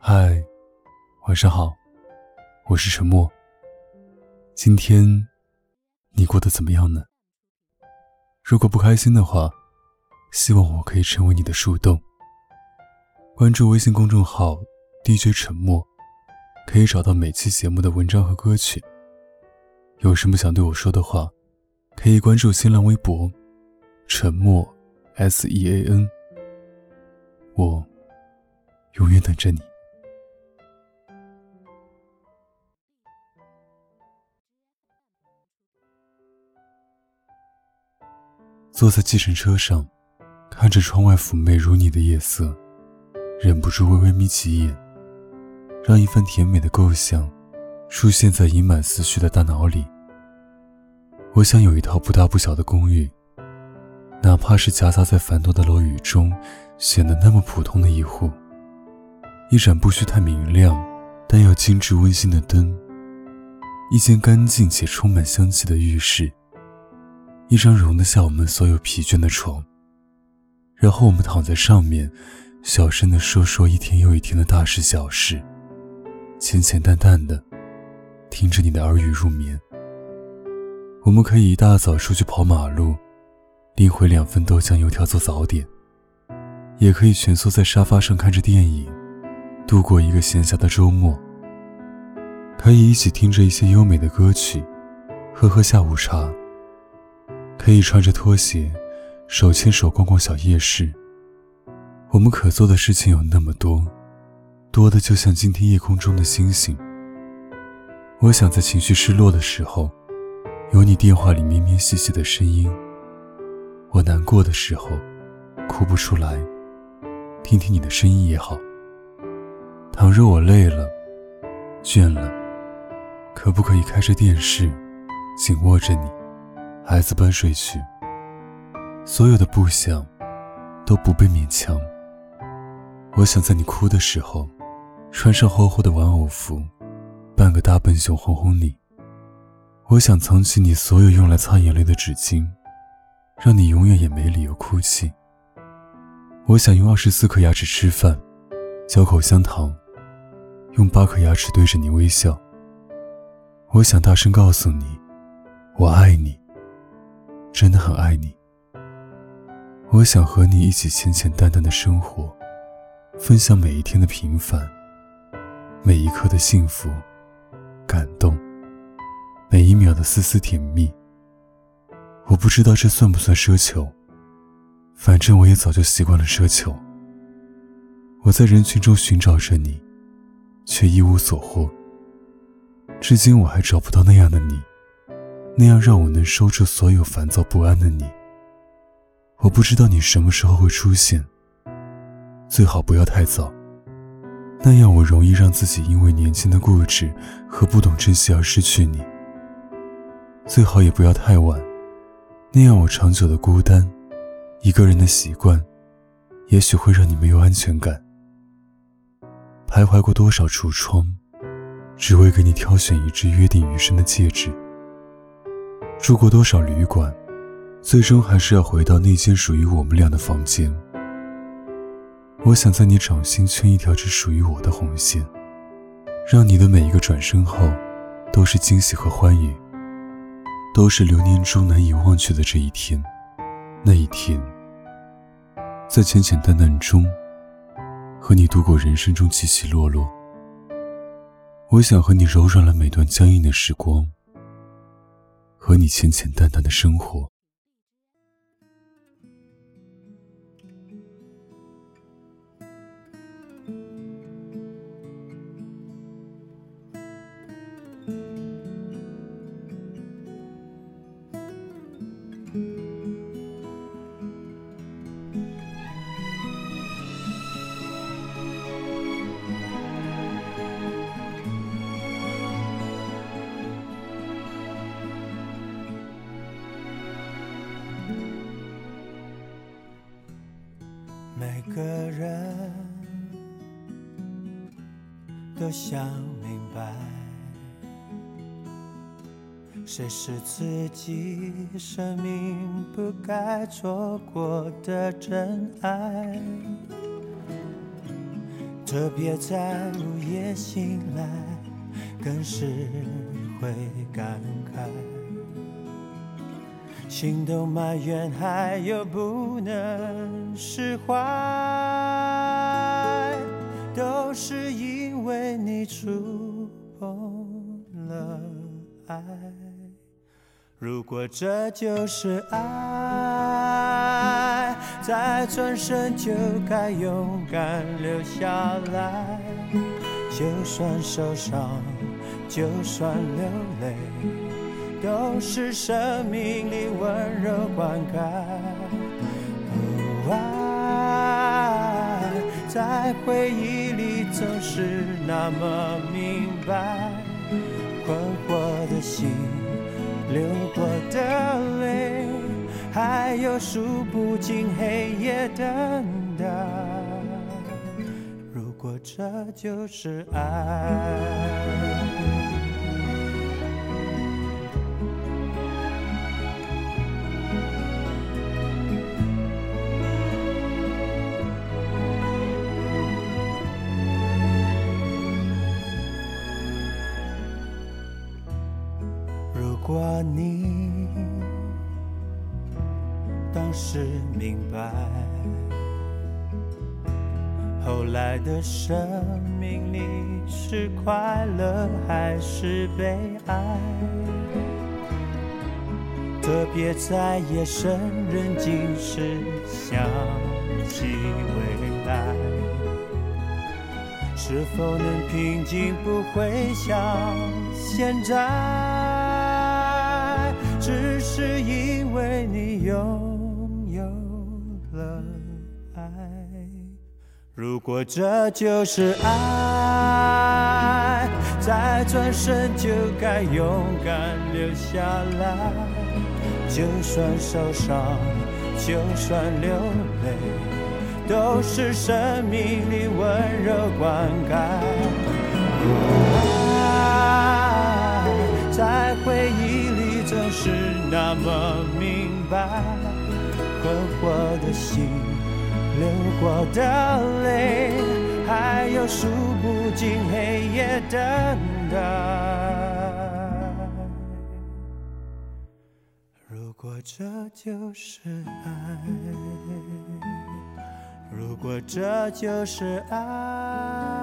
嗨，晚上好，我是沉默。今天你过得怎么样呢？如果不开心的话，希望我可以成为你的树洞。关注微信公众号 DJ 沉默，可以找到每期节目的文章和歌曲。有什么想对我说的话，可以关注新浪微博沉默 SEAN， 我永远等着你。坐在计程车上，看着窗外妩媚如你的夜色，忍不住微微眯起眼，让一份甜美的构想出现在盈满思绪的大脑里。我想有一套不大不小的公寓，哪怕是夹杂在繁多的楼宇中显得那么普通的一户，一盏不需太明亮但要精致温馨的灯，一间干净且充满香气的浴室，一张容得下我们所有疲倦的床，然后我们躺在上面，小声地说一天又一天的大事小事，浅浅淡淡的听着你的耳语入眠。我们可以一大早出去跑马路，拎回2份豆浆油条做早点，也可以蜷缩在沙发上看着电影，度过一个闲暇的周末。可以一起听着一些优美的歌曲，喝下午茶，可以穿着拖鞋手牵手逛逛小夜市。我们可做的事情有那么多，多的就像今天夜空中的星星。我想在情绪失落的时候，有你电话里绵绵细细的声音；我难过的时候哭不出来，听听你的声音也好。倘若我累了倦了，可不可以开着电视紧握着你，孩子般睡去，所有的不想都不被勉强。我想在你哭的时候穿上厚厚的玩偶服，扮个大笨熊哄哄你。我想藏起你所有用来擦眼泪的纸巾，让你永远也没理由哭泣。我想用24颗牙齿吃饭，嚼口香糖，用8颗牙齿对着你微笑。我想大声告诉你，我爱你，真的很爱你。我想和你一起浅浅淡淡的生活，分享每一天的平凡，每一刻的幸福感动，每一秒的丝丝甜蜜。我不知道这算不算奢求，反正我也早就习惯了奢求。我在人群中寻找着你，却一无所获。至今我还找不到那样的你，那样让我能收住所有烦躁不安的你。我不知道你什么时候会出现，最好不要太早，那样我容易让自己因为年轻的固执和不懂珍惜而失去你。最好也不要太晚，那样我长久的孤单，一个人的习惯，也许会让你没有安全感。徘徊过多少橱窗，只为给你挑选一只约定余生的戒指。住过多少旅馆，最终还是要回到那间属于我们俩的房间。我想在你掌心圈一条只属于我的红线，让你的每一个转身后都是惊喜和欢愉，都是流年中难以忘却的这一天。那一天，在浅浅淡淡中和你度过人生中起起落落。我想和你柔软了每段僵硬的时光，和你浅浅淡淡的生活。 每个人都想明白，谁是自己生命不该错过的真爱。 特别在午夜醒来，更是会感慨，心动埋怨还有不能释怀，都是因为你触碰了爱。如果这就是爱，再转身就该勇敢留下来。就算受伤，就算流泪，都是生命里温柔灌溉。爱在回忆里总是那么明白，困惑的心，流过的泪，还有数不尽黑夜等待。如果这就是爱，如果你当时明白，后来的生命里是快乐还是悲哀，特别在夜深人静时想起未来，是否能平静不会像现在，只是因为你拥有了爱。如果这就是爱，再转身就该勇敢留下来。就算受伤，就算流泪，都是生命里温柔灌溉。爱在回忆里总是那么明白，困惑的心，流过的泪，还有数不尽黑夜等待。如果这就是爱，如果这就是爱。